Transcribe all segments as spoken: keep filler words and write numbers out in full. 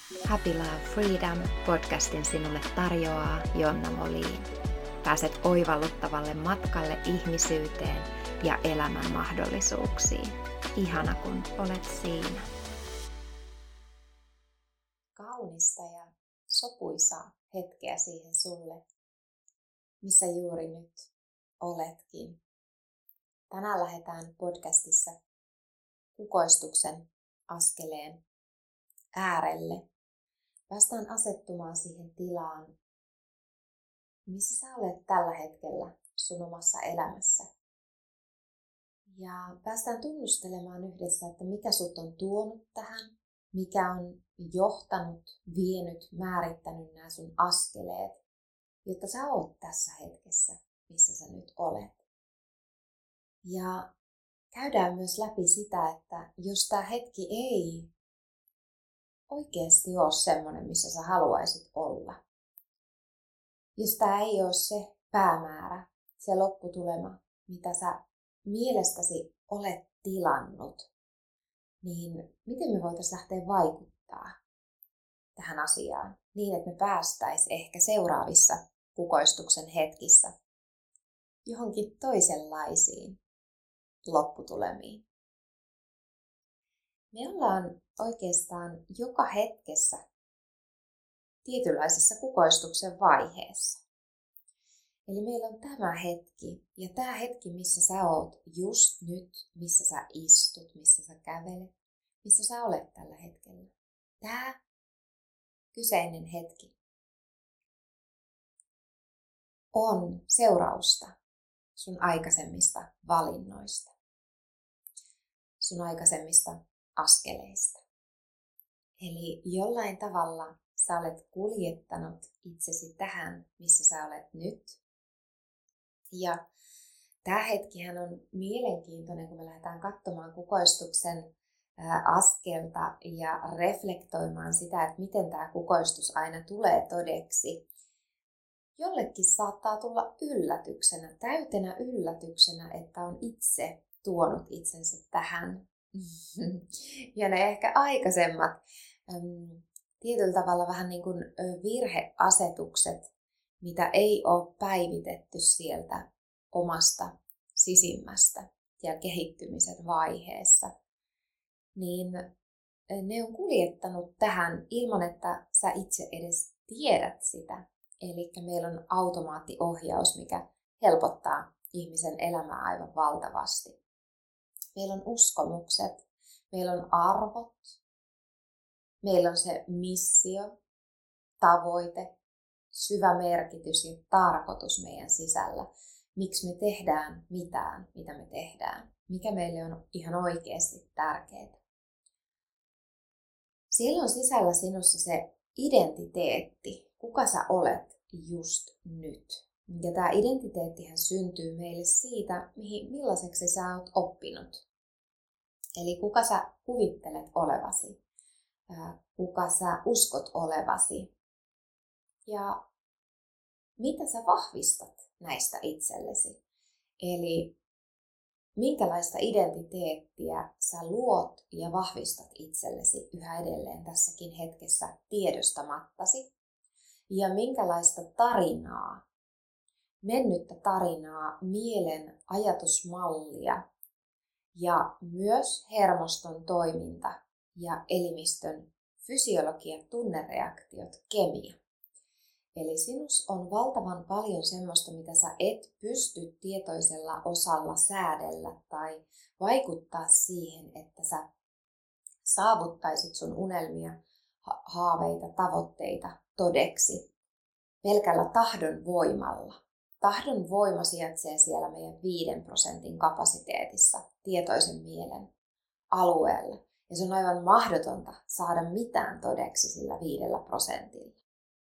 Happy Love Freedom podcastin sinulle tarjoaa Jonna Molin. Pääset oivalluttavalle matkalle ihmisyyteen ja elämän mahdollisuuksiin. Ihana kun olet siinä. Kaunista ja sopuisaa hetkeä siihen sulle, missä juuri nyt oletkin. Tänään lähdetään podcastissa kukoistuksen askeleen äärelle. Päästään asettumaan siihen tilaan, missä sä olet tällä hetkellä sun omassa elämässä. Ja päästään tunnustelemaan yhdessä, että mikä sut on tuonut tähän, mikä on johtanut, vienyt, määrittänyt nämä sun askeleet, jotta sä oot tässä hetkessä, missä sä nyt olet. Ja käydään myös läpi sitä, että jos tämä hetki ei oikeasti ole semmoinen, missä sä haluaisit olla. Jos tämä ei ole se päämäärä, se lopputulema, mitä sä mielestäsi olet tilannut, niin miten me voitaisiin lähteä vaikuttaa tähän asiaan niin, että me päästäisiin ehkä seuraavissa kukoistuksen hetkissä johonkin toisenlaisiin lopputulemiin. Me ollaan oikeastaan joka hetkessä tietynlaisessa kukoistuksen vaiheessa. Eli meillä on tämä hetki ja tämä hetki, missä sä oot just nyt, missä sä istut, missä sä kävelet, missä sä olet tällä hetkellä. Tämä kyseinen hetki on seurausta sun aikaisemmista valinnoista, sun aikaisemmista askeleista. Eli jollain tavalla sä olet kuljettanut itsesi tähän, missä sä olet nyt. Ja tämä hetkihän on mielenkiintoinen, kun me lähdetään katsomaan kukoistuksen askelta ja reflektoimaan sitä, että miten tämä kukoistus aina tulee todeksi. Jollekin saattaa tulla yllätyksenä, täytenä yllätyksenä, että on itse tuonut itsensä tähän. Ja ne ehkä aikaisemmat äm, tietyllä tavalla vähän niin kuin virheasetukset, mitä ei ole päivitetty sieltä omasta sisimmästä ja kehittymisen vaiheessa, niin ne on kuljettanut tähän ilman, että sä itse edes tiedät sitä. Eli meillä on automaattiohjaus, mikä helpottaa ihmisen elämää aivan valtavasti. Meillä on uskomukset, meillä on arvot, meillä on se missio, tavoite, syvä merkitys ja tarkoitus meidän sisällä. Miksi me tehdään mitään, mitä me tehdään. Mikä meille on ihan oikeasti tärkeää. Siellä on sisällä sinussa se identiteetti, kuka sä olet just nyt. Ja tämä identiteettihän syntyy meille siitä, mihin, millaiseksi sä oot oppinut. Eli kuka sä kuvittelet olevasi, kuka sä uskot olevasi ja mitä sä vahvistat näistä itsellesi. Eli minkälaista identiteettiä sä luot ja vahvistat itsellesi yhä edelleen tässäkin hetkessä tiedostamattasi. Ja minkälaista tarinaa, mennyttä tarinaa, mielen ajatusmallia ja myös hermoston toiminta ja elimistön fysiologia, tunnereaktiot, kemia. Eli sinussa on valtavan paljon semmoista, mitä sä et pysty tietoisella osalla säädellä tai vaikuttaa siihen, että sä saavuttaisit sun unelmia, haaveita, tavoitteita todeksi pelkällä tahdon voimalla. Tahdon voima sijaitsee siellä meidän viiden prosentin kapasiteetissa, tietoisen mielen alueella. Ja se on aivan mahdotonta saada mitään todeksi sillä viidellä prosentilla.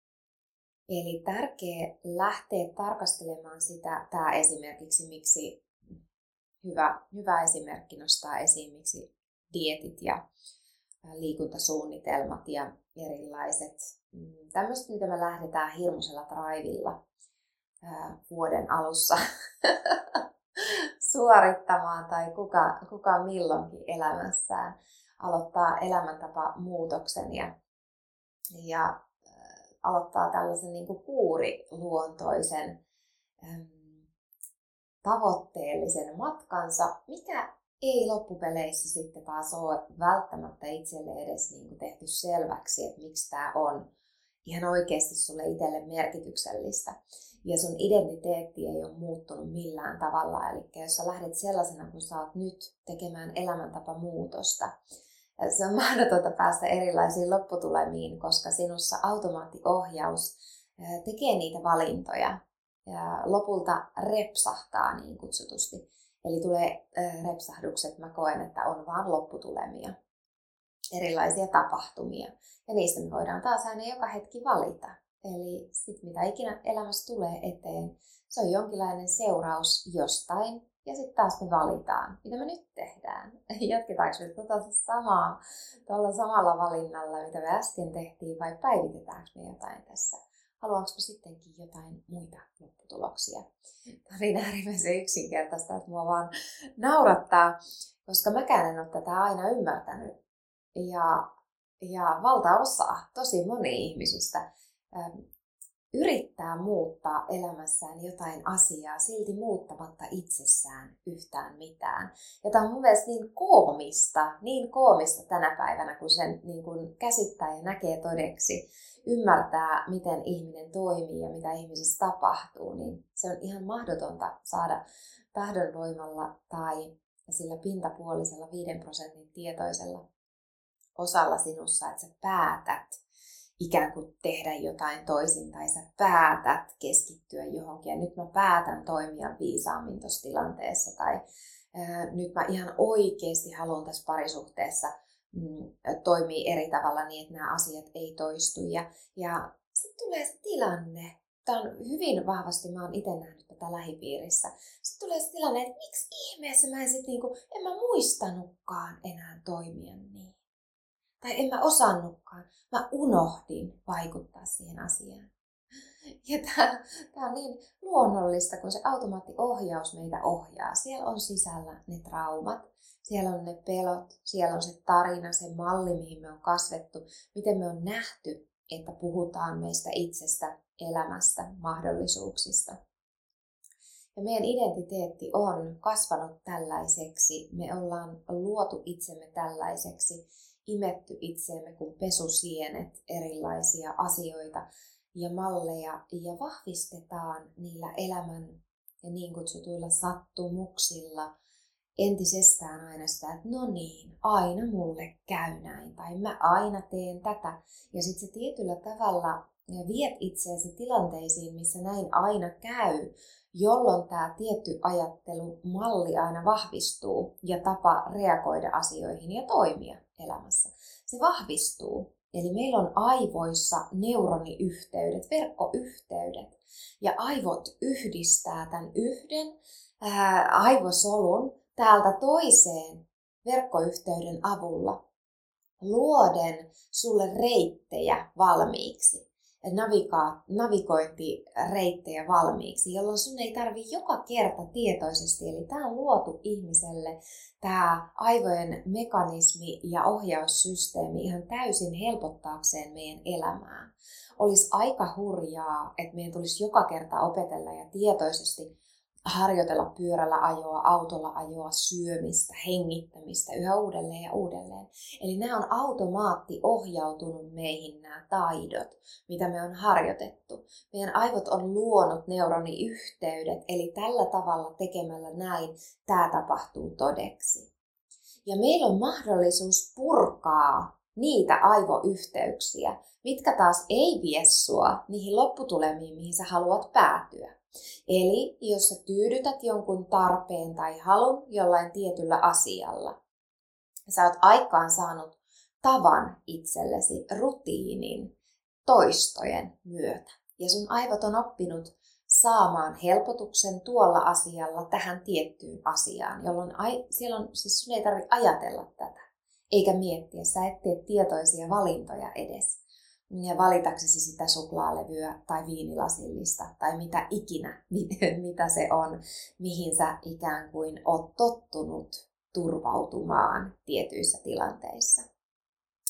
Eli tärkeää lähteä tarkastelemaan sitä, tämä esimerkiksi, miksi hyvä, hyvä esimerkki nostaa esiin, miksi dieetit ja liikuntasuunnitelmat ja erilaiset tämmöiset, mitä me lähdetään hirmuisella draivilla vuoden alussa suorittamaan tai kuka, kuka milloinkin elämässään aloittaa elämäntapa muutoksen ja ja äh, aloittaa tällaisen niin kuin kuuriluontoisen ähm, tavoitteellisen matkansa, mikä ei loppupeleissä sitten taas ole välttämättä itselle edes niin kuin tehty selväksi, että miksi tämä on ihan oikeasti sulle itselle merkityksellistä. Ja sun identiteetti ei ole muuttunut millään tavalla. Eli jos sä lähdet sellaisena, kun sä oot nyt tekemään elämäntapamuutosta, se on mahdotonta päästä erilaisiin lopputulemiin, koska sinussa automaattiohjaus tekee niitä valintoja. Ja lopulta repsahtaa niin kutsutusti. Eli tulee repsahdukset, mä koen, että on vaan lopputulemia. Erilaisia tapahtumia. Ja niistä me voidaan taas aina joka hetki valita. Eli sit mitä ikinä elämässä tulee eteen, se on jonkinlainen seuraus jostain. Ja sitten taas me valitaan, mitä me nyt tehdään. Jatketaanko me tuota samaa, tuolla samalla valinnalla, mitä me äsken tehtiin, vai päivitetäänkö me jotain tässä? Haluanko me sittenkin jotain muita lopputuloksia? Tämä oli äärimmäisen yksinkertaista, että mua vaan naurattaa, koska mäkään en ole tätä aina ymmärtänyt. Ja, ja valtaosa, tosi moni ihmisistä, ähm, yrittää muuttaa elämässään jotain asiaa silti muuttamatta itsessään yhtään mitään. Ja tämä on mun mielestä niin koomista, niin koomista tänä päivänä, kun sen niin kun käsittää ja näkee todeksi, ymmärtää, miten ihminen toimii ja mitä ihmisissä tapahtuu, niin se on ihan mahdotonta saada tahdonvoimalla tai sillä pintapuolisella viiden prosentin tietoisella osalla sinussa, että sä päätät ikään kuin tehdä jotain toisin tai sä päätät keskittyä johonkin ja nyt mä päätän toimia viisaammin tuossa tilanteessa tai ää, nyt mä ihan oikeasti haluan tässä parisuhteessa mm, toimia eri tavalla niin, että nämä asiat ei toistu ja, ja sitten tulee se tilanne. Tämä on hyvin vahvasti, mä oon itse nähnyt tätä lähipiirissä. Sitten tulee se tilanne, että miksi ihmeessä mä en sit niinku, en mä muistanutkaan enää toimia niin. Tai en mä osannutkaan. Mä unohdin vaikuttaa siihen asiaan. Ja tää, tää on niin luonnollista, kun se automaattiohjaus meitä ohjaa. Siellä on sisällä ne traumat, siellä on ne pelot, siellä on se tarina, se malli, mihin me on kasvettu, miten me on nähty, että puhutaan meistä itsestä, elämästä, mahdollisuuksista. Ja meidän identiteetti on kasvanut tällaiseksi, me ollaan luotu itsemme tällaiseksi, imetty itseemme kuin pesusienet erilaisia asioita ja malleja ja vahvistetaan niillä elämän ja niin kutsutuilla sattumuksilla entisestään aina sitä, että no niin, aina mulle käy näin tai mä aina teen tätä. Ja sitten se tietyllä tavalla viet itseäsi tilanteisiin, missä näin aina käy, jolloin tämä tietty ajattelumalli aina vahvistuu ja tapa reagoida asioihin ja toimia elämässä. Se vahvistuu. Eli meillä on aivoissa neuroniyhteydet, verkkoyhteydet. Ja aivot yhdistää tämän yhden ää, aivosolun täältä toiseen verkkoyhteyden avulla, luoden sulle reittejä valmiiksi. Naviga- navigointireittejä valmiiksi, jolloin sun ei tarvi joka kerta tietoisesti, eli tämä on luotu ihmiselle, tämä aivojen mekanismi ja ohjaussysteemi ihan täysin helpottaakseen meidän elämää. Olisi aika hurjaa, että meidän tulisi joka kerta opetella ja tietoisesti harjoitella pyörällä ajoa, autolla ajoa, syömistä, hengittämistä yhä uudelleen ja uudelleen. Eli nämä on automaattiohjautunut meihin nämä taidot, mitä me on harjoitettu. Meidän aivot on luonut neuroniyhteydet, eli tällä tavalla tekemällä näin tämä tapahtuu todeksi. Ja meillä on mahdollisuus purkaa niitä aivoyhteyksiä, mitkä taas ei vie sua niihin lopputulemiin, mihin sä haluat päätyä. Eli jos sä tyydytät jonkun tarpeen tai halun jollain tietyllä asialla, sä oot aikaan saanut tavan itsellesi, rutiinin, toistojen myötä. Ja sun aivot on oppinut saamaan helpotuksen tuolla asialla tähän tiettyyn asiaan, jolloin ai, siellä on, siis sun ei tarvitse ajatella tätä, eikä miettiä, sä et tee tietoisia valintoja edes. Ja valitaksesi sitä suklaalevyä tai viinilasillista tai mitä ikinä, mitä se on, mihin sä ikään kuin oot tottunut turvautumaan tietyissä tilanteissa.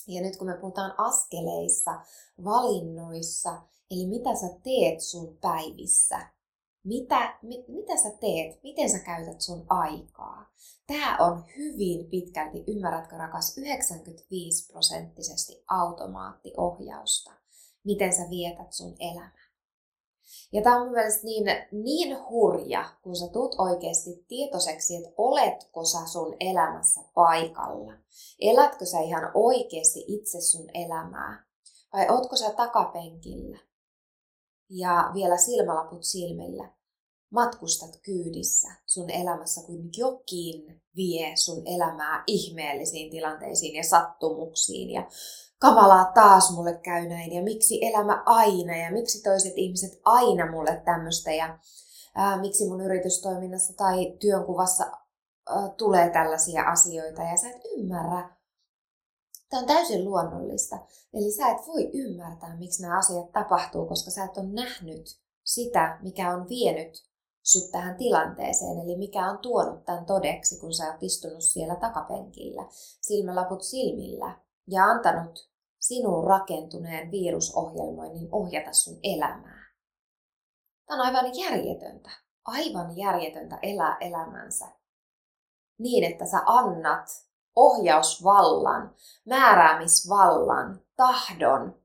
Ja nyt kun me puhutaan askeleissa, valinnoissa, eli mitä sä teet sun päivissä, mitä, mit, mitä sä teet, miten sä käytät sun aikaa. Tämä on hyvin pitkälti, ymmärrätkö rakas, yhdeksänkymmentäviisi prosenttisesti automaattiohjausta, miten sä vietät sun elämää. Ja tämä on mun mielestä niin, niin hurja, kun sä tuut oikeasti tietoiseksi, että oletko sä sun elämässä paikalla. Elätkö sä ihan oikeasti itse sun elämää? Vai ootko sä takapenkillä? Ja vielä silmälaput silmillä. Matkustat kyydissä sun elämässä, kun jokin vie sun elämää ihmeellisiin tilanteisiin ja sattumuksiin. Ja kamalaa taas mulle käy näin, ja miksi elämä aina, ja miksi toiset ihmiset aina mulle tämmöistä, ja ää, miksi mun yritystoiminnassa tai työnkuvassa ää, tulee tällaisia asioita, ja sä et ymmärrä. Tämä on täysin luonnollista. Eli sä et voi ymmärtää, miksi nämä asiat tapahtuu, koska sä et ole nähnyt sitä, mikä on vienyt sut tähän tilanteeseen, eli mikä on tuonut tämän todeksi, kun sä oot istunut siellä takapenkillä, silmälaput silmillä, ja antanut sinuun rakentuneen virusohjelmoinnin ohjata sun elämää. Tämä on aivan järjetöntä, aivan järjetöntä elää elämänsä niin, että sä annat ohjausvallan, määräämisvallan, tahdon,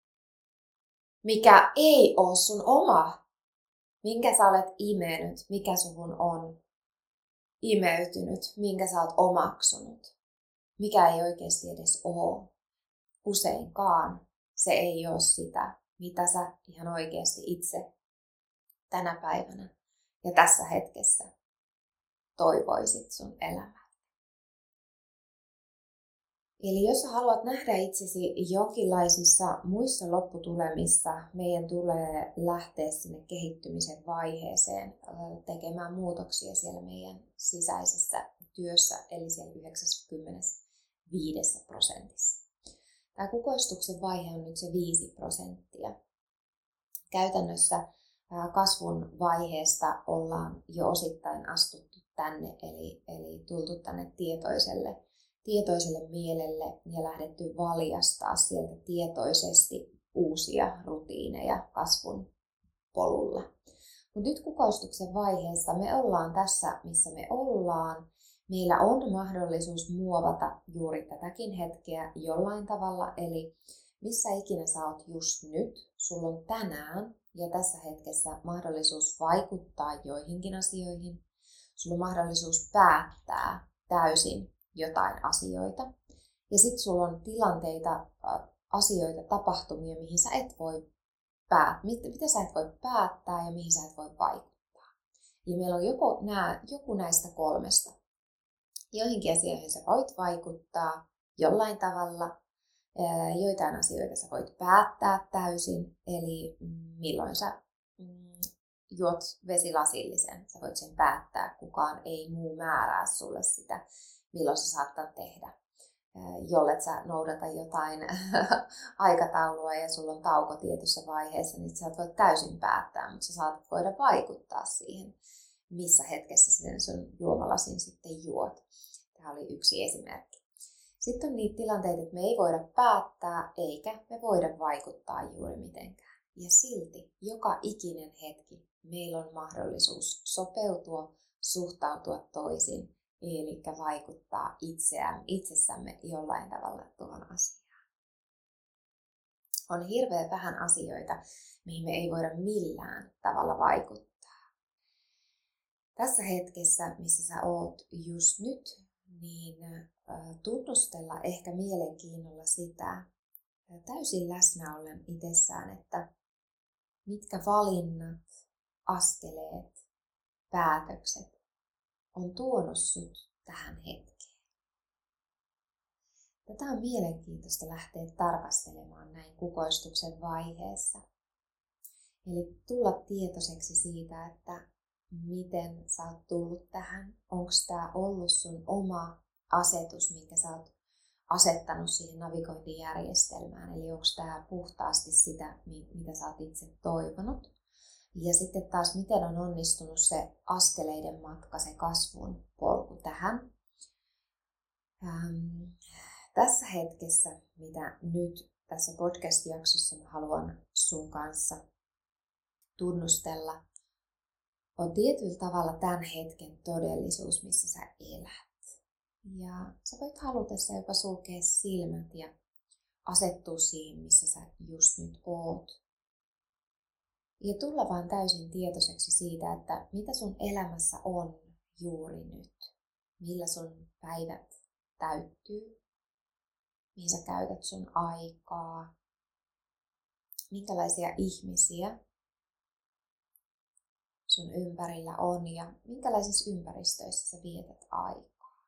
mikä ei ole sun oma, minkä sä olet imenyt, mikä suhun on imeytynyt, minkä sä oot omaksunut, mikä ei oikeasti edes ole. Useinkaan se ei ole sitä, mitä sä ihan oikeasti itse tänä päivänä ja tässä hetkessä toivoisit sun elämään. Eli jos sä haluat nähdä itsesi jonkinlaisissa muissa lopputulemissa, meidän tulee lähteä sinne kehittymisen vaiheeseen tekemään muutoksia siellä meidän sisäisessä työssä, eli siellä yhdeksänkymmentäviisi prosentissa. Tämä kukoistuksen vaihe on nyt se viisi prosenttia. Käytännössä kasvun vaiheesta ollaan jo osittain astuttu tänne, eli, eli tultu tänne tietoiselle tietoiselle mielelle ja lähdetty valjastaa sieltä tietoisesti uusia rutiineja kasvun polulla. Mutta nyt kukoistuksen vaiheessa me ollaan tässä, missä me ollaan. Meillä on mahdollisuus muovata juuri tätäkin hetkeä jollain tavalla, eli missä ikinä sä oot just nyt, sulla on tänään ja tässä hetkessä mahdollisuus vaikuttaa joihinkin asioihin. Sulla on mahdollisuus päättää täysin jotain asioita. Ja sitten sulla on tilanteita, asioita, tapahtumia, mihin sä et voi päättää, mitä sä et voi päättää ja mihin sä et voi vaikuttaa. Eli meillä on joko nää, joku näistä kolmesta. Joihinkin asioihin sä voit vaikuttaa jollain tavalla, joitain asioita sä voit päättää täysin, eli milloin sä juot vesilasillisen, sä voit sen päättää, kukaan ei muu määrää sulle sitä, milloin sä saattaa tehdä. Jollet sä noudata jotain aikataulua ja sulla on tauko tietyssä vaiheessa, niin sä et voi täysin päättää, mutta sä saatat voida vaikuttaa siihen, missä hetkessä sen sun juomalasin sitten juot. Tämä oli yksi esimerkki. Sitten on niitä tilanteita, että me ei voida päättää eikä me voida vaikuttaa juuri mitenkään. Ja silti joka ikinen hetki meillä on mahdollisuus sopeutua, suhtautua toisin, eli vaikuttaa itseään, itsessämme jollain tavalla tuohon asiaan. On hirveän vähän asioita, mihin me ei voida millään tavalla vaikuttaa. Tässä hetkessä, missä sä oot just nyt, niin tunnustella ehkä mielenkiinnolla sitä, täysin läsnä ollen itsessään, että mitkä valinnat, askeleet, päätökset on tuonut sut tähän hetkeen. Tätä on mielenkiintoista lähteä tarkastelemaan näin kukoistuksen vaiheessa. Eli tulla tietoiseksi siitä, että miten sä oot tullut tähän. Onko tää ollut sun oma asetus, minkä sä oot asettanut siihen navigointijärjestelmään. Eli onko tää puhtaasti sitä, mitä sä oot itse toivonut. Ja sitten taas, miten on onnistunut se askeleiden matka, se kasvun polku tähän. Ähm, tässä hetkessä, mitä nyt tässä podcast-jaksossa mä haluan sun kanssa tunnustella, on tietyllä tavalla tämän hetken todellisuus, missä sä elät. Ja sä voit halutessa jopa sulkea silmät ja asettua siihen, missä sä just nyt oot. Ja tulla vaan täysin tietoiseksi siitä, että mitä sun elämässä on juuri nyt. Millä sun päivät täyttyy. Mihin sä käytät sun aikaa. Minkälaisia ihmisiä sun ympärillä on ja minkälaisissa ympäristöissä sä vietät aikaa.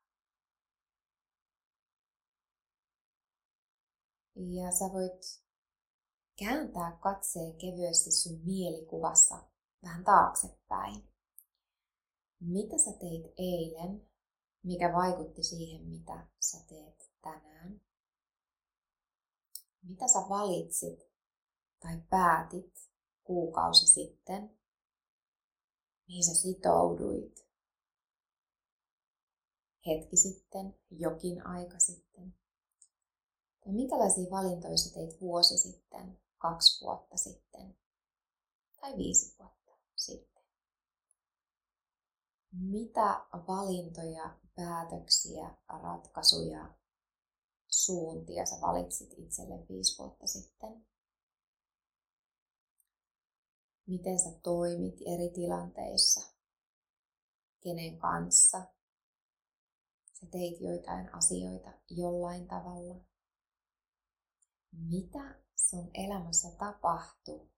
Ja sä voit kääntää katseen kevyesti sun mielikuvassa vähän taaksepäin. Mitä sä teit eilen, mikä vaikutti siihen, mitä sä teet tänään? Mitä sä valitsit tai päätit kuukausi sitten? Mihin sä sitouduit hetki sitten, jokin aika sitten? Tai minkälaisia valintoja sä teit vuosi sitten, kaksi vuotta sitten tai viisi vuotta sitten? Mitä valintoja, päätöksiä, ratkaisuja, suuntia sä valitsit itselle viisi vuotta sitten? Miten sä toimit eri tilanteissa? Kenen kanssa? Sä teit joitain asioita jollain tavalla. Mitä sun elämässä tapahtui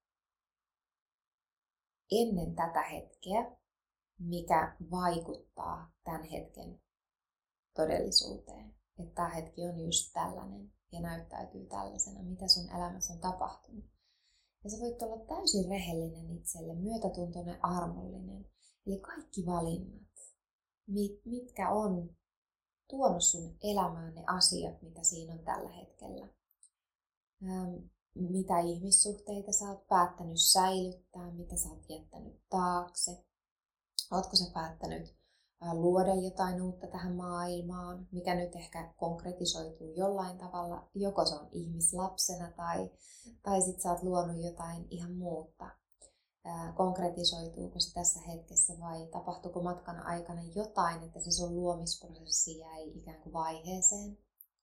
ennen tätä hetkeä, mikä vaikuttaa tämän hetken todellisuuteen? Että tämä hetki on just tällainen ja näyttäytyy tällaisena, mitä sun elämässä on tapahtunut. Ja sä voit olla täysin rehellinen itselle, myötätuntoinen, armollinen. Eli kaikki valinnat, mitkä on tuonut sun elämään ne asiat, mitä siinä on tällä hetkellä. Ähm, mitä ihmissuhteita sä oot päättänyt säilyttää, mitä sä oot jättänyt taakse. Ootko sä päättänyt äh, luoda jotain uutta tähän maailmaan, mikä nyt ehkä konkretisoituu jollain tavalla. Joko se on ihmislapsena tai, tai sit sä oot luonut jotain ihan muuta. Äh, konkretisoituuko se tässä hetkessä vai tapahtuuko matkan aikana jotain, että se sun luomisprosessi jäi ikään kuin vaiheeseen.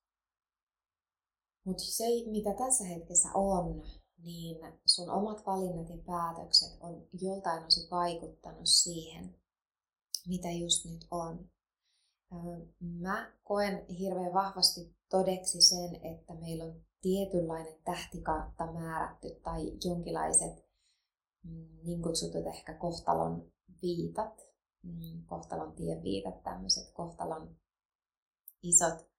Mutta se, mitä tässä hetkessä on, niin sun omat valinnat ja päätökset on joltain osin vaikuttanut siihen, mitä just nyt on. Mä koen hirveän vahvasti todeksi sen, että meillä on tietynlainen tähtikartta määrätty tai jonkinlaiset niin kutsutut ehkä kohtalon viitat, kohtalon tien viitat, tämmöiset kohtalon isot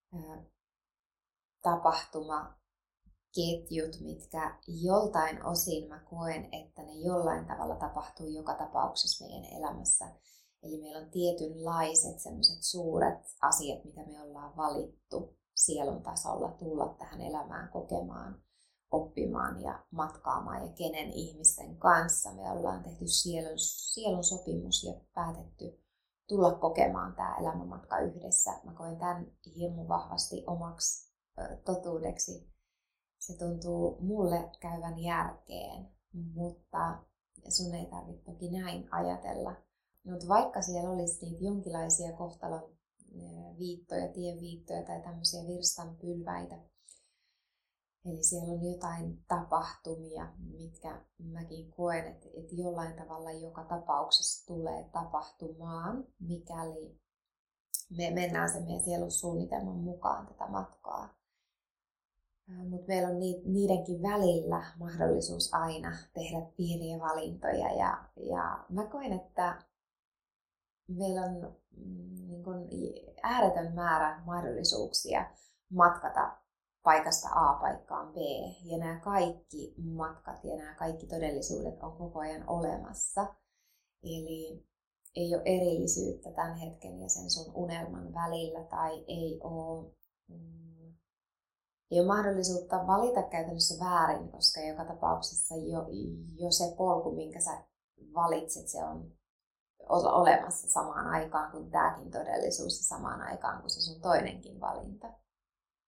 tapahtumaketjut, mitkä joltain osin mä koen, että ne jollain tavalla tapahtuu joka tapauksessa meidän elämässä. Eli meillä on tietynlaiset sellaiset suuret asiat, mitä me ollaan valittu sielun tasolla tulla tähän elämään kokemaan, oppimaan ja matkaamaan ja kenen ihmisten kanssa me ollaan tehty sielun, sielun sopimus ja päätetty tulla kokemaan tämä elämänmatka yhdessä. Mä koen tämän hirmu vahvasti omaksi totuudeksi. Se tuntuu mulle käyvän järkeen, mutta sun ei tarvitse toki näin ajatella. Mutta vaikka siellä olisi niitä jonkinlaisia kohtalon viittoja, tienviittoja tai tämmöisiä virstanpylväitä, eli siellä on jotain tapahtumia, mitkä mäkin koen, että, että jollain tavalla joka tapauksessa tulee tapahtumaan, mikäli me mennään sen meidän sielun suunnitelman mukaan tätä matkaa. Mutta meillä on niidenkin välillä mahdollisuus aina tehdä pieniä valintoja ja, ja mä koen, että meillä on mm, niin kun ääretön määrä mahdollisuuksia matkata paikasta A paikkaan B. Ja nämä kaikki matkat ja nämä kaikki todellisuudet on koko ajan olemassa. Eli ei ole erillisyyttä tämän hetken ja sen sun unelman välillä tai ei ole, mm, ei ole mahdollisuutta valita käytännössä väärin, koska joka tapauksessa jo, jo se polku, minkä sä valitset, se on olemassa samaan aikaan kuin tämäkin todellisuus ja samaan aikaan kuin se sun toinenkin valinta.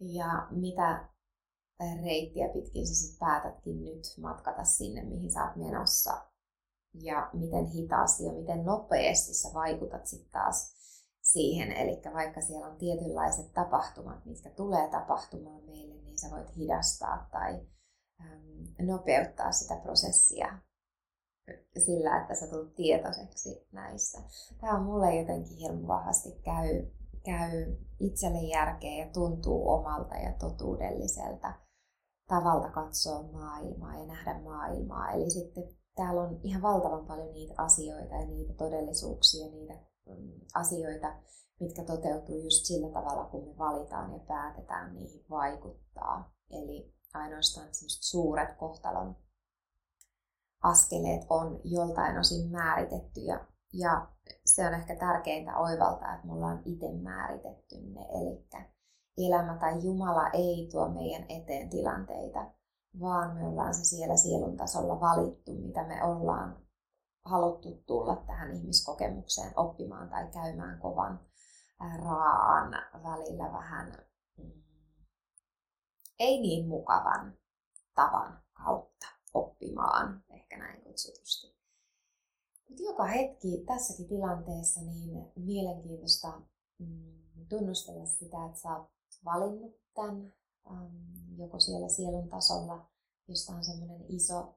Ja mitä reittiä pitkin sä sit päätätkin nyt matkata sinne, mihin sä oot menossa. Ja miten hitaasti ja miten nopeasti sä vaikutat sitten taas siihen. Eli vaikka siellä on tietynlaiset tapahtumat, mitkä tulee tapahtumaan meille, niin sä voit hidastaa tai äm, nopeuttaa sitä prosessia sillä, että sä tulet tietoiseksi näistä. Tämä on mulle jotenkin hirveän vahvasti käy, käy itselle järkeä ja tuntuu omalta ja totuudelliselta tavalta katsoa maailmaa ja nähdä maailmaa. Eli sitten täällä on ihan valtavan paljon niitä asioita ja niitä todellisuuksia, niitä asioita, mitkä toteutuu just sillä tavalla, kun me valitaan ja päätetään niihin vaikuttaa. Eli ainoastaan sellaiset suuret kohtalon askeleet on joltain osin määritetty. Ja, ja se on ehkä tärkeintä oivaltaa, että me ollaan itse määritetty ne. Eli elämä tai Jumala ei tuo meidän eteen tilanteita, vaan me ollaan se siellä sielun tasolla valittu, mitä me ollaan haluttu tulla tähän ihmiskokemukseen oppimaan tai käymään kovan raaan välillä vähän mm, ei niin mukavan tavan kautta oppimaan, ehkä näin kutsutusti. Mutta joka hetki tässäkin tilanteessa niin mielenkiintoista mm, tunnustella sitä, että sä oot valinnut tämän ähm, joko siellä sielun tasolla, josta on semmoinen iso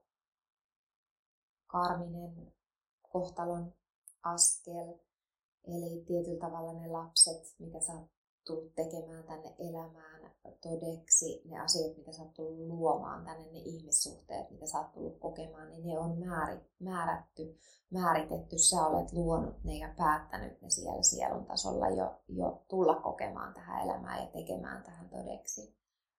karminen kohtalon askel. Eli tietyllä tavalla ne lapset, mitä sä oot tullut tekemään tänne elämään todeksi, ne asiat, mitä sä oot tullut luomaan tänne, ne ihmissuhteet, mitä sä oot tullut kokemaan, niin ne on määrätty, määritetty. Sä olet luonut ne ja päättänyt ne siellä sielun tasolla jo, jo tulla kokemaan tähän elämään ja tekemään tähän todeksi.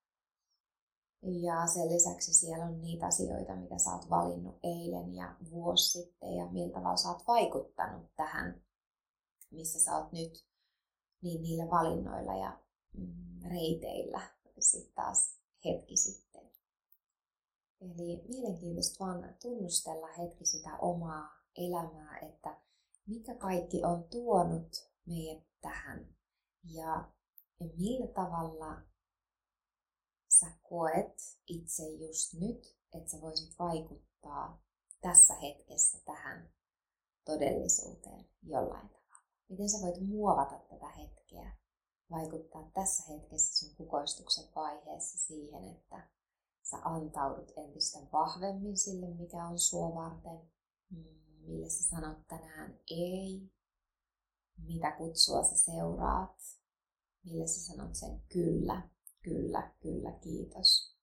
Ja sen lisäksi siellä on niitä asioita, mitä sä oot valinnut eilen ja vuosi sitten ja millä tavalla sä oot vaikuttanut tähän, missä sä oot nyt, niin niillä valinnoilla ja mm, reiteillä sitten taas hetki sitten. Eli mielenkiintoista vaan tunnustella hetki sitä omaa elämää, että mikä kaikki on tuonut meidät tähän ja millä tavalla sä koet itse just nyt, että sä voisit vaikuttaa tässä hetkessä tähän todellisuuteen jollain tavalla. Miten sä voit muovata tätä hetkeä, vaikuttaa tässä hetkessä sun kukoistuksen vaiheessa siihen, että sä antaudut entistä vahvemmin sille, mikä on sua varten, mille sä sanot tänään ei, mitä kutsua sä seuraat, mille sä sanot sen kyllä. Kyllä, kyllä, kiitos.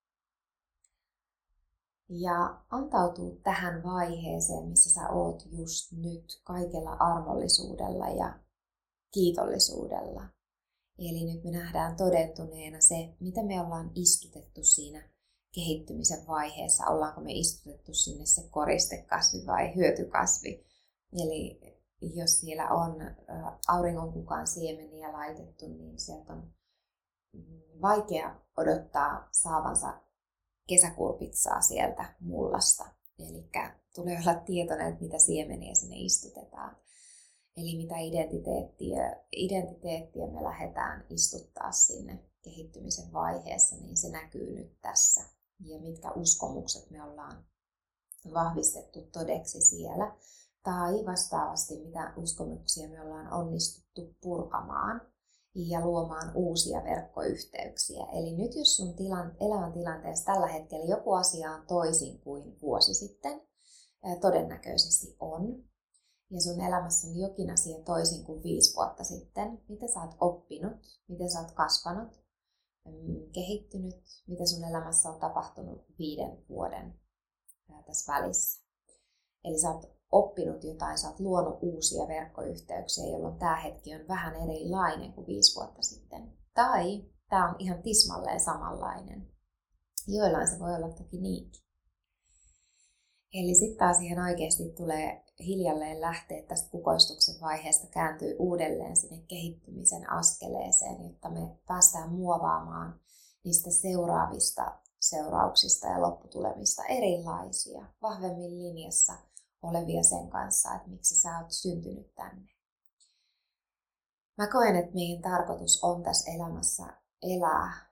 Ja antautuu tähän vaiheeseen, missä sä oot just nyt kaikella armollisuudella ja kiitollisuudella. Eli nyt me nähdään todentuneena se, mitä me ollaan istutettu siinä kehittymisen vaiheessa. Ollaanko me istutettu sinne se koristekasvi vai hyötykasvi. Eli jos siellä on auringonkukaan siemeniä laitettu, niin sieltä on vaikea odottaa saavansa kesäkurpitsaa sieltä mullasta. Eli tulee olla tietoinen, että mitä siemeniä sinne istutetaan. Eli mitä identiteettiä, identiteettiä me lähdetään istuttaa sinne kehittymisen vaiheessa, niin se näkyy nyt tässä. Ja mitkä uskomukset me ollaan vahvistettu todeksi siellä. Tai vastaavasti, mitä uskomuksia me ollaan onnistuttu purkamaan ja luomaan uusia verkkoyhteyksiä. Eli nyt jos sun tilan, elämäntilanteessa tällä hetkellä joku asia on toisin kuin vuosi sitten, todennäköisesti on, ja sun elämässä on jokin asia toisin kuin viisi vuotta sitten, mitä sä oot oppinut, miten sä oot kasvanut, kehittynyt, mitä sun elämässä on tapahtunut viiden vuoden tässä välissä. Eli sä oot oppinut jotain, sä oot luonut uusia verkkoyhteyksiä, jolloin tämä hetki on vähän erilainen kuin viisi vuotta sitten. Tai tämä on ihan tismalleen samanlainen. Joillain se voi olla toki niinkin. Eli sitten taas ihan oikeasti tulee hiljalleen lähteä tästä kukoistuksen vaiheesta kääntyy uudelleen sinne kehittymisen askeleeseen, jotta me päästään muovaamaan niistä seuraavista seurauksista ja lopputulemista erilaisia, vahvemmin linjassa olevia sen kanssa, että miksi sä oot syntynyt tänne. Mä koen, että meidän tarkoitus on tässä elämässä elää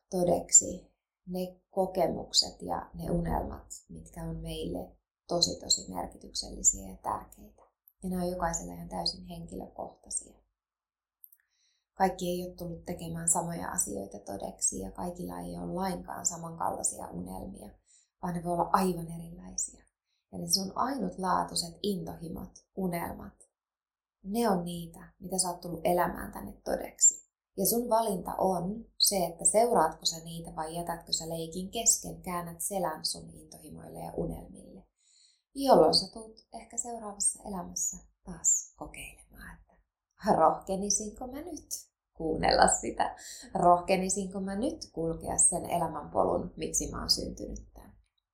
todeksi ne kokemukset ja ne unelmat, mitkä on meille tosi tosi merkityksellisiä ja tärkeitä. Ja nämä on jokaisella ihan täysin henkilökohtaisia. Kaikki ei ole tullut tekemään samoja asioita todeksi ja kaikilla ei ole lainkaan samankaltaisia unelmia, vaan ne voi olla aivan erilaisia. Ja ne sun ainutlaatuiset intohimot, unelmat, ne on niitä, mitä sä oot tullut elämään tänne todeksi. Ja sun valinta on se, että seuraatko sä niitä vai jätätkö sä leikin kesken, käännät selän sun intohimoille ja unelmille. Jolloin sä tulet ehkä seuraavassa elämässä taas kokeilemaan, että rohkenisinko mä nyt kuunnella sitä, rohkenisinko mä nyt kulkea sen elämänpolun, miksi mä oon syntynyt tänne.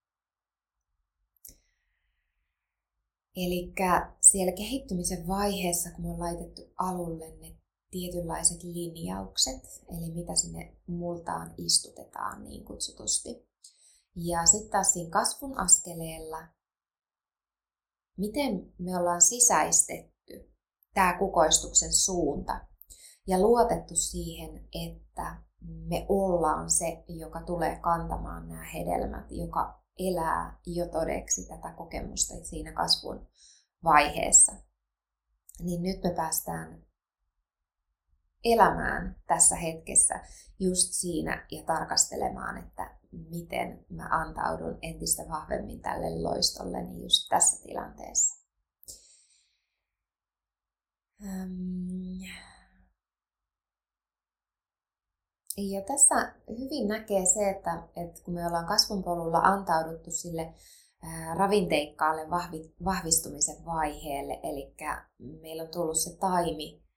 Elikkä siellä kehittymisen vaiheessa, kun me on laitettu alulle ne tietynlaiset linjaukset, eli mitä sinne multaan istutetaan niin kutsutusti. Ja sitten taas siinä kasvun askeleella, miten me ollaan sisäistetty tämä kukoistuksen suunta ja luotettu siihen, että me ollaan se, joka tulee kantamaan nämä hedelmät, joka elää jo todeksi tätä kokemusta siinä kasvun vaiheessa. Niin nyt me päästään elämään tässä hetkessä just siinä ja tarkastelemaan, että miten mä antaudun entistä vahvemmin tälle loistolleni just tässä tilanteessa. Ja tässä hyvin näkee se, että, että kun me ollaan kasvun polulla antauduttu sille ravinteikkaalle vahvistumisen vaiheelle, eli meillä on tullut se taimi,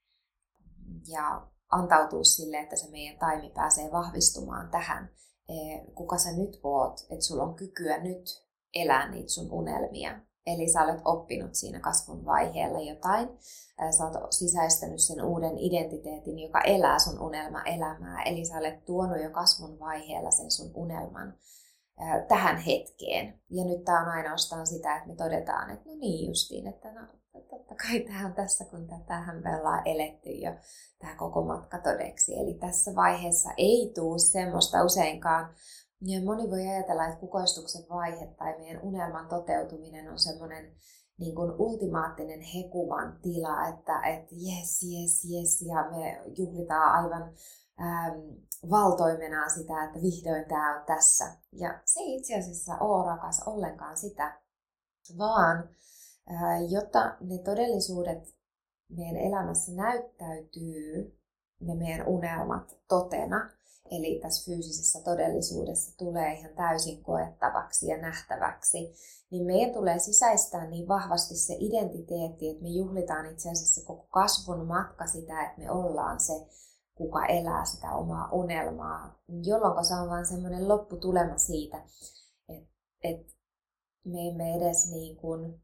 ja antautuu sille, että se meidän taimi pääsee vahvistumaan tähän, kuka sä nyt oot, että sulla on kykyä nyt elää niitä sun unelmia. Eli sä olet oppinut siinä kasvun vaiheella jotain, sä oot sisäistänyt sen uuden identiteetin, joka elää sun unelma-elämää. Eli sä olet tuonut jo kasvun vaiheella sen sun unelman tähän hetkeen. Ja nyt tää on ainoastaan sitä, että me todetaan, että no niin justiin, että no, totta kai tämä on tässä, kun tätähän me ollaan eletty jo tämä koko matka todeksi. Eli tässä vaiheessa ei tule semmoista useinkaan. Ja moni voi ajatella, että kukoistuksen vaihe tai meidän unelman toteutuminen on semmoinen niin kuin ultimaattinen hekuvan tila, että et jes, jes, jes, ja me juhlitaan aivan ähm, valtoimenaan sitä, että vihdoin tämä on tässä. Ja se ei itse asiassa ole rakas ollenkaan sitä, vaan jotta ne todellisuudet meidän elämässä näyttäytyy, ne meidän unelmat totena, eli tässä fyysisessä todellisuudessa tulee ihan täysin koettavaksi ja nähtäväksi, niin meidän tulee sisäistää niin vahvasti se identiteetti, että me juhlitaan itse asiassa koko kasvun matka sitä, että me ollaan se, kuka elää sitä omaa unelmaa, jolloin se on vaan semmoinen lopputulema siitä, että, että me emme edes niin kuin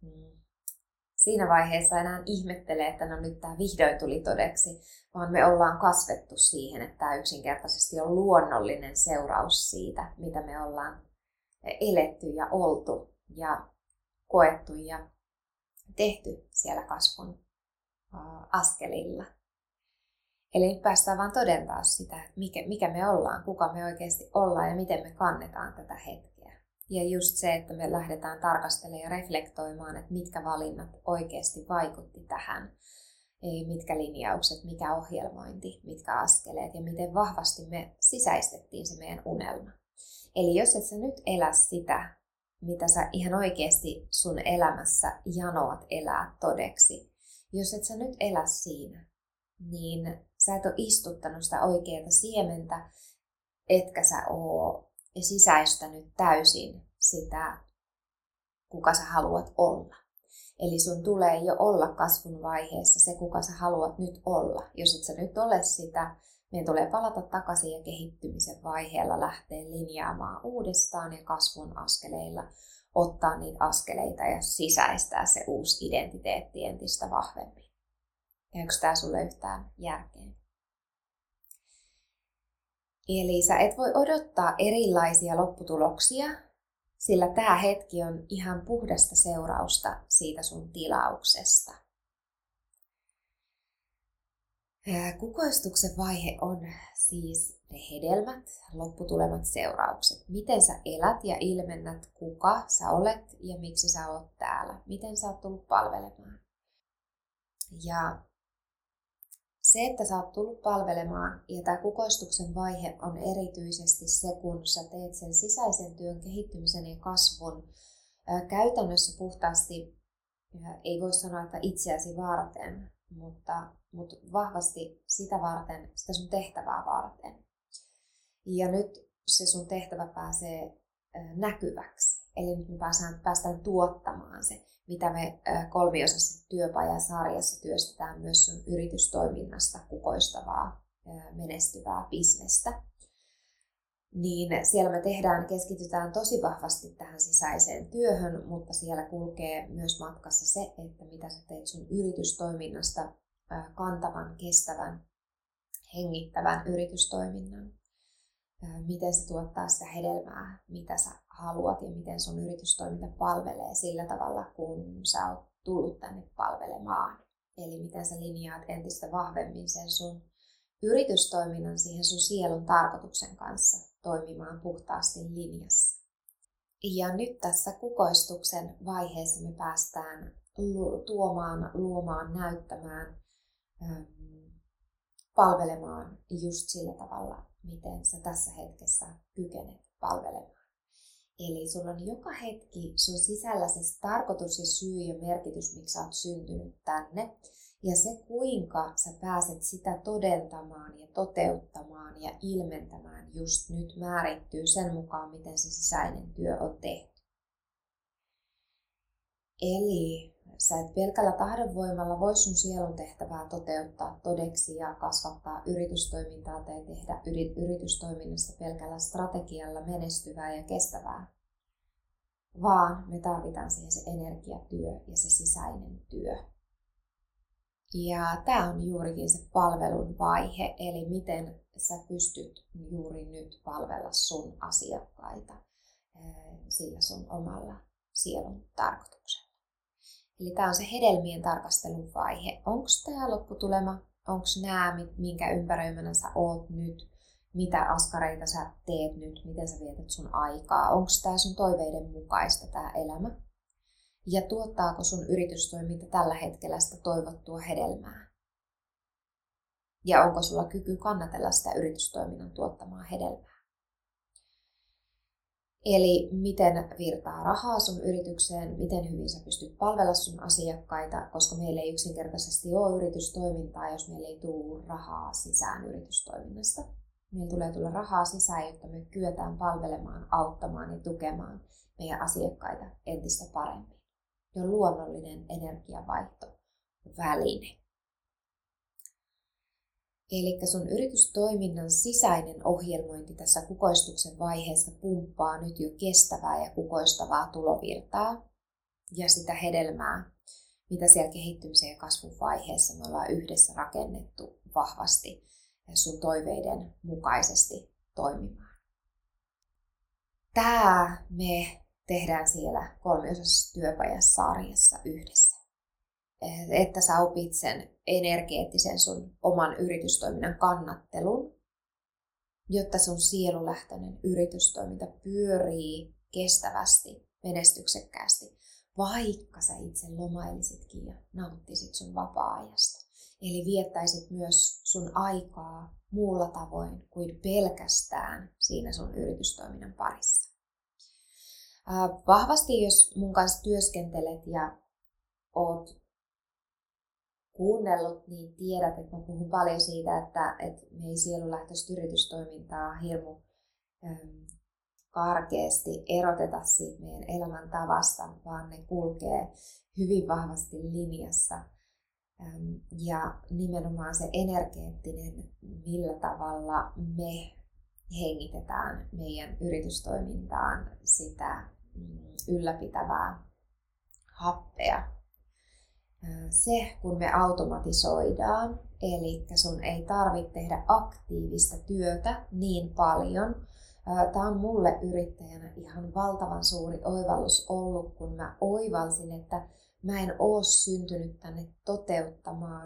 siinä vaiheessa enää ihmettelee, että no nyt tämä vihdoin tuli todeksi, vaan me ollaan kasvettu siihen, että tämä yksinkertaisesti on luonnollinen seuraus siitä, mitä me ollaan eletty ja oltu ja koettu ja tehty siellä kasvun askelilla. Eli nyt päästään vaan todentaa sitä, että mikä, mikä me ollaan, kuka me oikeasti ollaan ja miten me kannetaan tätä hetkeä. Ja just se, että me lähdetään tarkastelemaan ja reflektoimaan, että mitkä valinnat oikeasti vaikutti tähän, mitkä linjaukset, mikä ohjelmointi, mitkä askeleet ja miten vahvasti me sisäistettiin se meidän unelma. Eli jos et sä nyt elä sitä, mitä sä ihan oikeasti sun elämässä janoat elää todeksi, jos et sä nyt elä siinä, niin sä et ole istuttanut sitä oikeaa siementä, etkä sä oo ja sisäistänyt täysin sitä, kuka sä haluat olla. Eli sun tulee jo olla kasvun vaiheessa se, kuka sä haluat nyt olla. Jos et sä nyt ole sitä, meidän tulee palata takaisin ja kehittymisen vaiheella lähteä linjaamaan uudestaan ja kasvun askeleilla ottaa niitä askeleita ja sisäistää se uusi identiteetti entistä vahvemmin. Käykö tää sulle yhtään järkeen? Eli sä et voi odottaa erilaisia lopputuloksia, sillä tämä hetki on ihan puhdasta seurausta siitä sun tilauksesta. Kukoistuksen vaihe on siis ne hedelmät, lopputulemat, seuraukset. Miten sä elät ja ilmennät, kuka sä olet ja miksi sä oot täällä. Miten sä oot tullut palvelemaan. Ja se, että sä oot tullut palvelemaan, ja tämä kukoistuksen vaihe on erityisesti se, kun sä teet sen sisäisen työn kehittymisen ja kasvun ää, käytännössä puhtaasti, ei voi sanoa, että itseäsi varten, mutta, mutta vahvasti sitä varten, sitä sun tehtävää varten. Ja nyt se sun tehtävä pääsee ää, näkyväksi. Eli nyt me päästään, päästään tuottamaan se, mitä me kolmiosassa työpajasarjassa työstetään myös sun yritystoiminnasta kukoistavaa, menestyvää bisnestä. Niin siellä me tehdään, keskitytään tosi vahvasti tähän sisäiseen työhön, mutta siellä kulkee myös matkassa se, että mitä sä teet sun yritystoiminnasta kantavan, kestävän, hengittävän yritystoiminnan. Miten se tuottaa sitä hedelmää, mitä sä haluat ja miten sun yritystoiminta palvelee sillä tavalla, kun sä oot tullut tänne palvelemaan. Eli miten sä linjaat entistä vahvemmin sen sun yritystoiminnan siihen sun sielun tarkoituksen kanssa toimimaan puhtaasti linjassa. Ja nyt tässä kukoistuksen vaiheessa me päästään tuomaan, luomaan, näyttämään, palvelemaan just sillä tavalla, miten sä tässä hetkessä kykenet palvelemaan. Eli sulla on joka hetki sun sisällä se tarkoitus ja syy ja merkitys, miksi sä oot syntynyt tänne. Ja se, kuinka sä pääset sitä todentamaan ja toteuttamaan ja ilmentämään just nyt, määrittyy sen mukaan, miten se sisäinen työ on tehty. Eli sä et pelkällä tahdonvoimalla voi sun sielun tehtävää toteuttaa todeksi ja kasvattaa yritystoimintaa tai tehdä yritystoiminnasta pelkällä strategialla menestyvää ja kestävää. Vaan me tarvitaan siihen se energiatyö ja se sisäinen työ. Ja tämä on juurikin se palvelun vaihe, eli miten sä pystyt juuri nyt palvella sun asiakkaita sillä sun omalla sielun tarkoituksella. Eli tämä on se hedelmien tarkastelun vaihe. Onko tämä lopputulema? Onko nämä, minkä ympäröimänä sä oot nyt? Mitä askareita sä teet nyt? Miten sä vietät sun aikaa? Onko tämä sun toiveiden mukaista tämä elämä? Ja tuottaako sun yritystoiminta tällä hetkellä sitä toivottua hedelmää? Ja onko sulla kyky kannatella sitä yritystoiminnan tuottamaa hedelmää? Eli miten virtaa rahaa sun yritykseen, miten hyvin sä pystyt palvella sun asiakkaita, koska meillä ei yksinkertaisesti ole yritystoimintaa, jos meillä ei tule rahaa sisään yritystoiminnasta. Meillä tulee tulla rahaa sisään, jotta me kyetään palvelemaan, auttamaan ja tukemaan meidän asiakkaita entistä paremmin. Jo luonnollinen energiavaihtoväline. Eli sun yritystoiminnan sisäinen ohjelmointi tässä kukoistuksen vaiheessa pumppaa nyt jo kestävää ja kukoistavaa tulovirtaa ja sitä hedelmää, mitä siellä kehittymisen ja kasvun vaiheessa me ollaan yhdessä rakennettu vahvasti sun toiveiden mukaisesti toimimaan. Tää me tehdään siellä kolmiosaisessa työpajasarjassa yhdessä. Että sä opit sen energeettisen sun oman yritystoiminnan kannattelun, jotta sun sielulähtöinen yritystoiminta pyörii kestävästi, menestyksekkäästi, vaikka sä itse lomailisitkin ja nauttisit sun vapaa-ajasta. Eli viettäisit myös sun aikaa muulla tavoin kuin pelkästään siinä sun yritystoiminnan parissa. Vahvasti, jos mun kanssa työskentelet ja oot kuunnellut, niin tiedät, että mä puhun paljon siitä, että, että me ei sielulähtöistä yritystoimintaa hirmu äm, karkeasti eroteta siitä meidän elämäntavasta, vaan ne kulkee hyvin vahvasti linjassa. Äm, ja nimenomaan se energeettinen, millä tavalla me hengitetään meidän yritystoimintaan sitä mm, ylläpitävää happea. Se, kun me automatisoidaan, eli sun ei tarvitse tehdä aktiivista työtä niin paljon. Tämä on mulle yrittäjänä ihan valtavan suuri oivallus ollut, kun mä oivalsin, että mä en ole syntynyt tänne toteuttamaan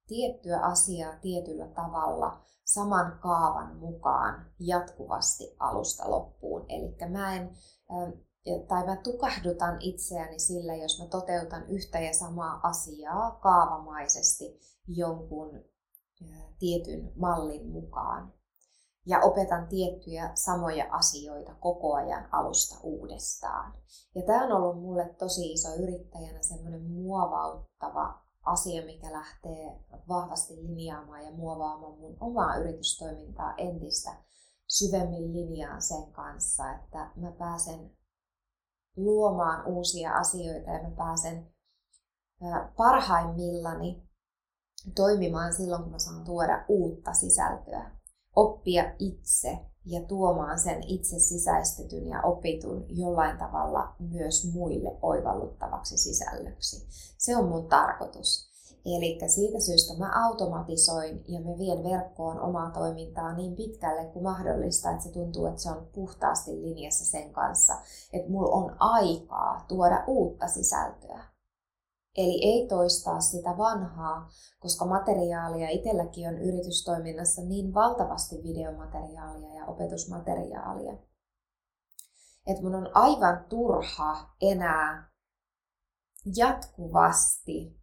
tiettyä asiaa tietyllä tavalla saman kaavan mukaan jatkuvasti alusta loppuun. Eli mä en, tai mä tukahdutan itseäni sillä, jos mä toteutan yhtä ja samaa asiaa kaavamaisesti jonkun tietyn mallin mukaan. Ja opetan tiettyjä samoja asioita koko ajan alusta uudestaan. Ja tämä on ollut mulle tosi iso yrittäjänä semmoinen muovauttava asia, mikä lähtee vahvasti linjaamaan ja muovaamaan mun omaa yritystoimintaa entistä syvemmin linjaan sen kanssa, että mä pääsen luomaan uusia asioita ja mä pääsen parhaimmillani toimimaan silloin, kun mä saan tuoda uutta sisältöä. Oppia itse ja tuomaan sen itse sisäistetyn ja opitun jollain tavalla myös muille oivalluttavaksi sisällöksi. Se on mun tarkoitus. Eli siitä syystä mä automatisoin ja mä vien verkkoon omaa toimintaa niin pitkälle kuin mahdollista, että se tuntuu, että se on puhtaasti linjassa sen kanssa, että mulla on aikaa tuoda uutta sisältöä. Eli ei toistaa sitä vanhaa, koska materiaalia itselläkin on yritystoiminnassa niin valtavasti videomateriaalia ja opetusmateriaalia. Että mun on aivan turha enää jatkuvasti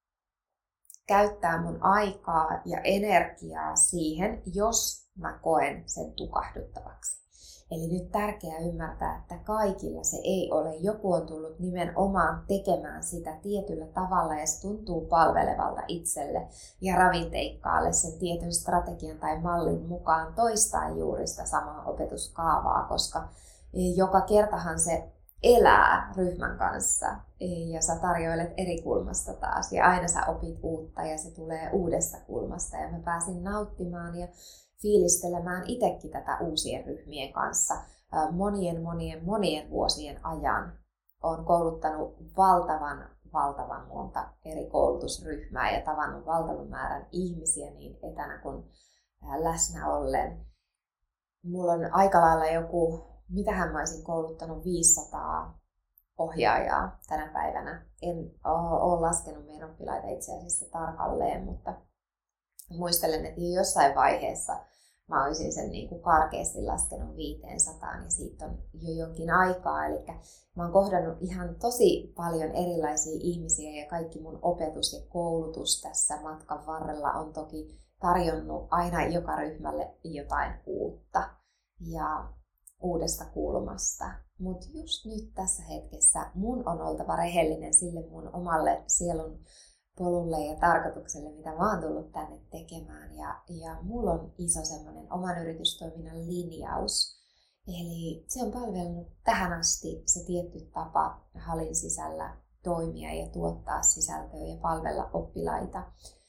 käyttää mun aikaa ja energiaa siihen, jos mä koen sen tukahduttavaksi. Eli nyt tärkeää ymmärtää, että kaikilla se ei ole. Joku on tullut nimenomaan tekemään sitä tietyllä tavalla ja se tuntuu palvelevalta itselle ja ravinteikkaalle sen tietyn strategian tai mallin mukaan toistaa juuri sitä samaa opetuskaavaa, koska joka kertahan se elää ryhmän kanssa ja sä tarjoilet eri kulmasta taas ja aina sä opit uutta ja se tulee uudesta kulmasta ja mä pääsin nauttimaan ja fiilistelemään itsekin tätä uusien ryhmien kanssa monien, monien, monien vuosien ajan. Olen kouluttanut valtavan, valtavan monta eri koulutusryhmää ja tavannut valtavan määrän ihmisiä niin etänä kuin läsnä ollen. Mulla on aika lailla joku, mitähän mä olisin kouluttanut, viisisataa ohjaajaa tänä päivänä. En ole laskenut meidän oppilaita itse asiassa tarkalleen, mutta muistelen, että jossain vaiheessa mä olisin sen niin kuin karkeasti laskenut viisisataa ja siitä on jo jonkin aikaa. Eli mä oon kohdannut ihan tosi paljon erilaisia ihmisiä ja kaikki mun opetus ja koulutus tässä matkan varrella on toki tarjonnut aina joka ryhmälle jotain uutta ja uudesta kulmasta. Mutta just nyt tässä hetkessä mun on oltava rehellinen sille mun omalle sielun polulle ja tarkoitukselle, mitä mä oon tullut tänne tekemään. Ja, ja mulla on iso semmoinen oman yritystoiminnan linjaus. Eli se on palvellut tähän asti se tietty tapa halin sisällä toimia ja tuottaa sisältöä ja palvella oppilaita.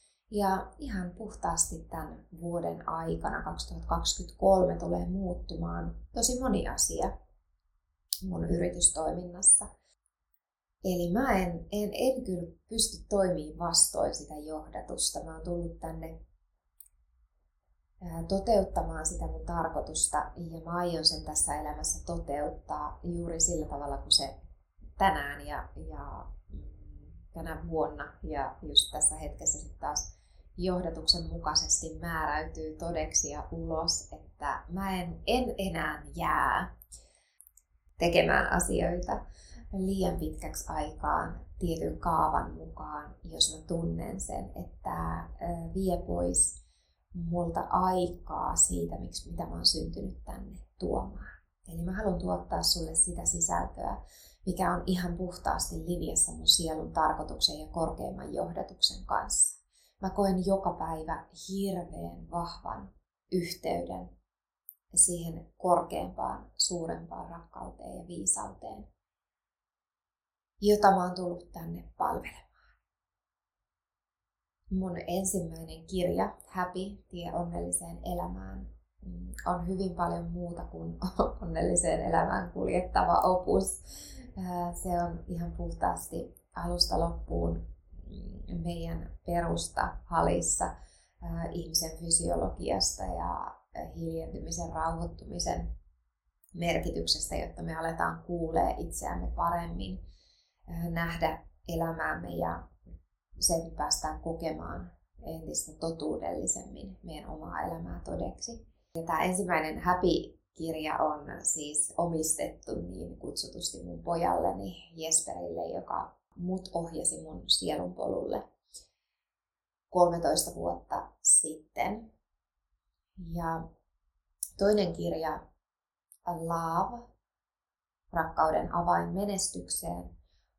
Ja ihan puhtaasti tämän vuoden aikana kaksituhattakaksikymmentäkolme tulee muuttumaan tosi moni asia mun yritystoiminnassa. Eli mä en, en, en kyllä pysty toimimaan vastoin sitä johdatusta. Mä oon tullut tänne ää, toteuttamaan sitä mun tarkoitusta ja mä aion sen tässä elämässä toteuttaa juuri sillä tavalla kuin se tänään ja, ja tänä vuonna ja just tässä hetkessä sitten taas johdatuksen mukaisesti määräytyy todeksi ja ulos, että mä en, en enää jää tekemään asioita liian pitkäksi aikaan tietyn kaavan mukaan, jos mä tunnen sen, että vie pois multa aikaa siitä, miksi, mitä mä oon syntynyt tänne tuomaan. Eli mä haluan tuottaa sulle sitä sisältöä, mikä on ihan puhtaasti linjassa mun sielun tarkoituksen ja korkeimman johdatuksen kanssa. Mä koen joka päivä hirveän vahvan yhteyden siihen korkeampaan, suurempaan rakkauteen ja viisauteen, jota mä oon tullut tänne palvelemaan. Mun ensimmäinen kirja, Happy, tie onnelliseen elämään, on hyvin paljon muuta kuin onnelliseen elämään kuljettava opus. Se on ihan puhtaasti alusta loppuun meidän perusta halissa ihmisen fysiologiasta ja hiljentymisen, rauhoittumisen merkityksestä, jotta me aletaan kuulee itseämme paremmin, nähdä elämäämme ja se, että päästään kokemaan entistä totuudellisemmin meidän omaa elämää todeksi. Ja tämä ensimmäinen Happy-kirja on siis omistettu niin kutsutusti mun pojalleni Jesperille, joka mut ohjasi mun sielunpolulle kolmetoista vuotta sitten. Ja toinen kirja, Love, rakkauden avain menestykseen,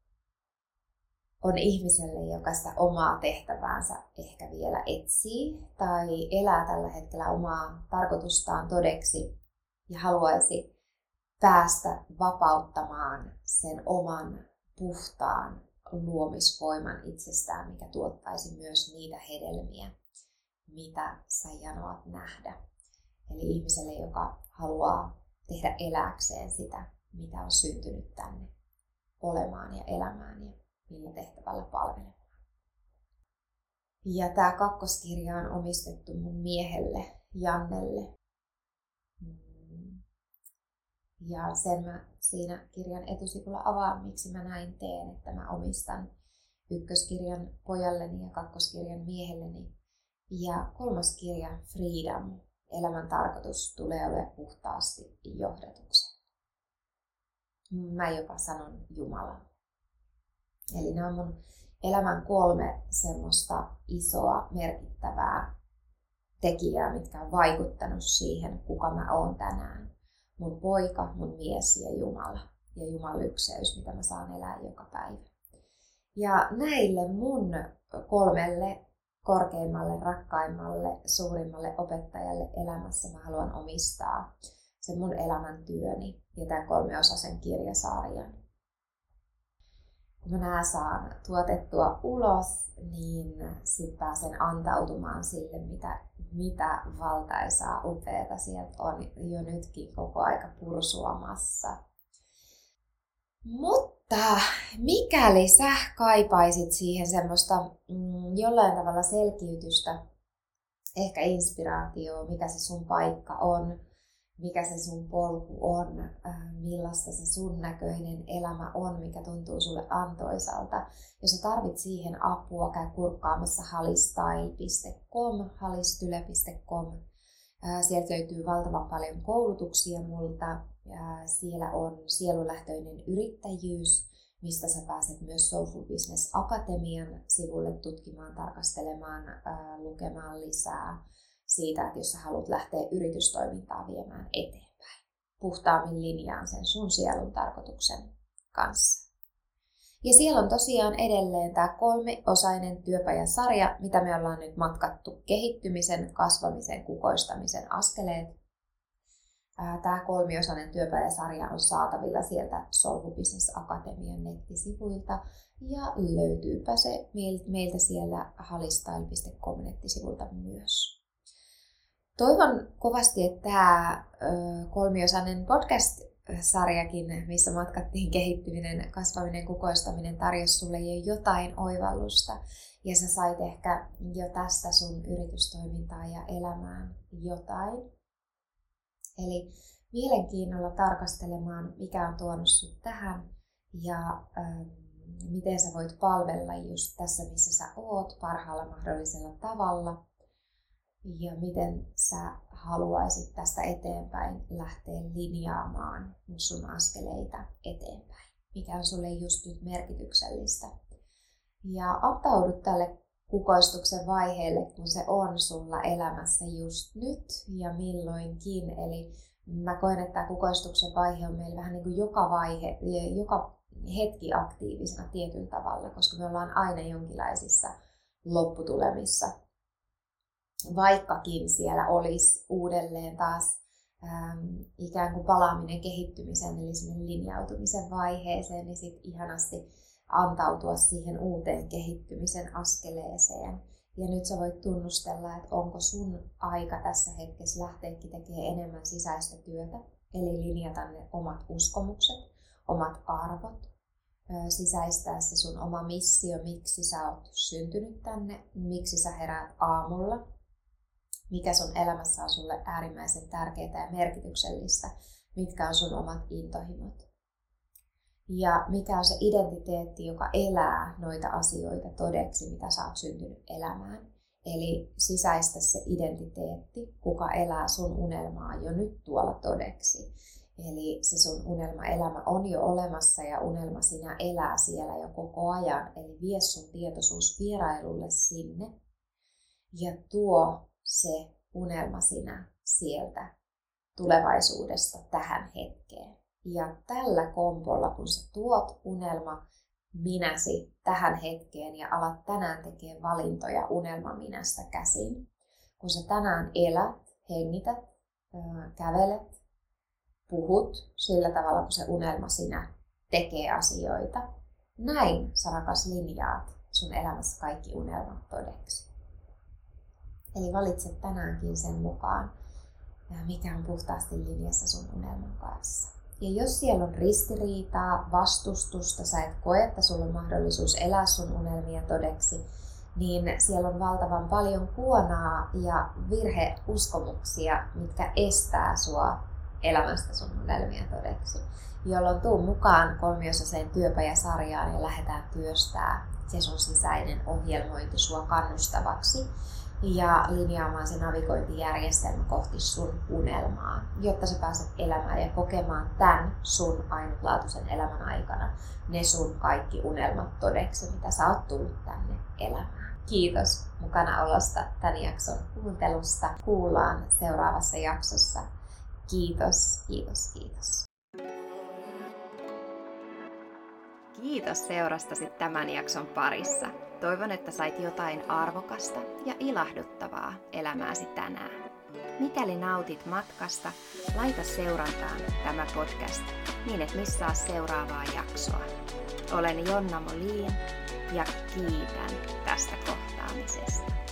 on ihmiselle, joka sitä omaa tehtäväänsä ehkä vielä etsii tai elää tällä hetkellä omaa tarkoitustaan todeksi ja haluaisi päästä vapauttamaan sen oman puhtaan luomisvoiman itsestään, mikä tuottaisi myös niitä hedelmiä, mitä sä janoat nähdä. Eli ihmiselle, joka haluaa tehdä elääkseen sitä, mitä on syntynyt tänne olemaan ja elämään ja millä tehtävällä palvelemaan. Ja tämä kakkoskirja on omistettu mun miehelle, Jannelle. Ja sen mä siinä kirjan etusivulla avaan, miksi mä näin teen, että mä omistan ykköskirjan pojalleni ja kakkoskirjan miehelleni. Ja kolmas kirja, Freedom, elämän tarkoitus, tulee olemaan puhtaasti johdatuksen. Mä jopa sanon Jumala. Eli nämä on mun elämän kolme semmoista isoa, merkittävää tekijää, mitkä on vaikuttanut siihen, kuka mä oon tänään. Mun poika, mun mies ja Jumala. Ja jumalykseys, mitä mä saan elää joka päivä. Ja näille mun kolmelle korkeimmalle, rakkaimmalle, suurimmalle opettajalle elämässä mä haluan omistaa se mun elämäntyöni ja tämän kolmeosaisen kirjasarjan. Kun mä nää saan tuotettua ulos, niin sit pääsen antautumaan sille, mitä, mitä valtaisaa upeata sieltä on jo nytkin koko aika pursuamassa. Mutta mikäli sä kaipaisit siihen semmoista mm, jollain tavalla selkiytystä, ehkä inspiraatioa, mikä se sun paikka on, mikä se sun polku on, äh, millaista se sun näköinen elämä on, mikä tuntuu sulle antoisalta. Jos sä tarvit siihen apua, käy kurkkaamassa halistyle piste com, halistyle piste com. Äh, sieltä löytyy valtavan paljon koulutuksia multa. Äh, siellä on sielulähtöinen yrittäjyys, mistä sä pääset myös Soulful Business Akatemian sivulle tutkimaan, tarkastelemaan, äh, lukemaan lisää siitä, että jos sä haluat lähteä yritystoimintaa viemään eteenpäin, puhtaammin linjaan sen sun sielun tarkoituksen kanssa. Ja siellä on tosiaan edelleen tämä kolmeosainen työpajasarja, mitä me ollaan nyt matkattu kehittymisen, kasvamisen, kukoistamisen askeleet. Tämä kolmiosainen työpajasarja on saatavilla sieltä Soulful Business Akatemian nettisivuilta ja löytyypä se meiltä siellä halistyle piste com nettisivulta myös. Toivon kovasti, että tämä kolmiosainen podcast-sarjakin, missä matkattiin kehittyminen, kasvaminen, kukoistaminen, tarjosi sulle jo jotain oivallusta. Ja sä sait ehkä jo tästä sun yritystoimintaa ja elämään jotain. Eli mielenkiinnolla tarkastelemaan, mikä on tuonut sut tähän ja ähm, miten sä voit palvella just tässä, missä sä oot parhaalla mahdollisella tavalla. Ja miten sä haluaisit tästä eteenpäin lähteä linjaamaan sun askeleita eteenpäin. Mikä on sulle just nyt merkityksellistä. Ja antaudu tälle kukoistuksen vaiheelle, kun se on sulla elämässä just nyt ja milloinkin. Eli mä koen, että tämä kukoistuksen vaihe on meillä vähän niin kuin joka vaihe, joka hetki aktiivisena tietyllä tavalla, koska me ollaan aina jonkinlaisissa lopputulemissa. Vaikkakin siellä olisi uudelleen taas ähm, ikään kuin palaaminen kehittymiseen, eli sinne linjautumisen vaiheeseen, niin sitten ihanasti antautua siihen uuteen kehittymisen askeleeseen. Ja nyt sä voit tunnustella, että onko sun aika tässä hetkessä lähteäkin tekemään enemmän sisäistä työtä, eli linjata ne omat uskomukset, omat arvot, sisäistää se sun oma missio, miksi sä oot syntynyt tänne, miksi sä heräät aamulla, mikä sun elämässä on sulle äärimmäisen tärkeää ja merkityksellistä, mitkä on sun omat intohimot. Ja mikä on se identiteetti, joka elää noita asioita todeksi, mitä sä oot syntynyt elämään. Eli sisäistä se identiteetti, kuka elää sun unelmaa jo nyt tuolla todeksi. Eli se sun unelmaelämä on jo olemassa ja unelma sinä elää siellä jo koko ajan. Eli vie sun tietoisuus vierailulle sinne ja tuo se unelma sinä sieltä tulevaisuudesta tähän hetkeen. Ja tällä kompolla, kun sä tuot unelma minäsi tähän hetkeen ja alat tänään tekemään valintoja unelma minästä käsin, kun sä tänään elät, hengität, kävelet, puhut sillä tavalla, kun se unelma sinä tekee asioita, näin sä rakas linjaat sun elämässä kaikki unelmat todeksi. Eli valitset tänäänkin sen mukaan, mikä on puhtaasti linjassa sun unelman kanssa. Ja jos siellä on ristiriitaa, vastustusta, sä et koe, että sulla on mahdollisuus elää sun unelmia todeksi, niin siellä on valtavan paljon kuonaa ja virheuskomuksia, mitkä estää sua elämästä sun unelmia todeksi. Jolloin tuu mukaan kolmiosaiseen työpajasarjaan ja lähdetään työstää se sun sisäinen ohjelmointi sua kannustavaksi ja linjaamaan se navigointijärjestelmä kohti sun unelmaa, jotta sä pääset elämään ja kokemaan tämän sun ainutlaatuisen elämän aikana ne sun kaikki unelmat todeksi, mitä sä oot tullut tänne elämään. Kiitos mukana olosta tämän jakson kuuntelusta. Kuullaan seuraavassa jaksossa. Kiitos, kiitos, kiitos. Kiitos seurastasi tämän jakson parissa. Toivon, että sait jotain arvokasta ja ilahduttavaa elämääsi tänään. Mikäli nautit matkasta, laita seurantaan tämä podcast niin et missaa seuraavaa jaksoa. Olen Jonna Molin ja kiitän tästä kohtaamisesta.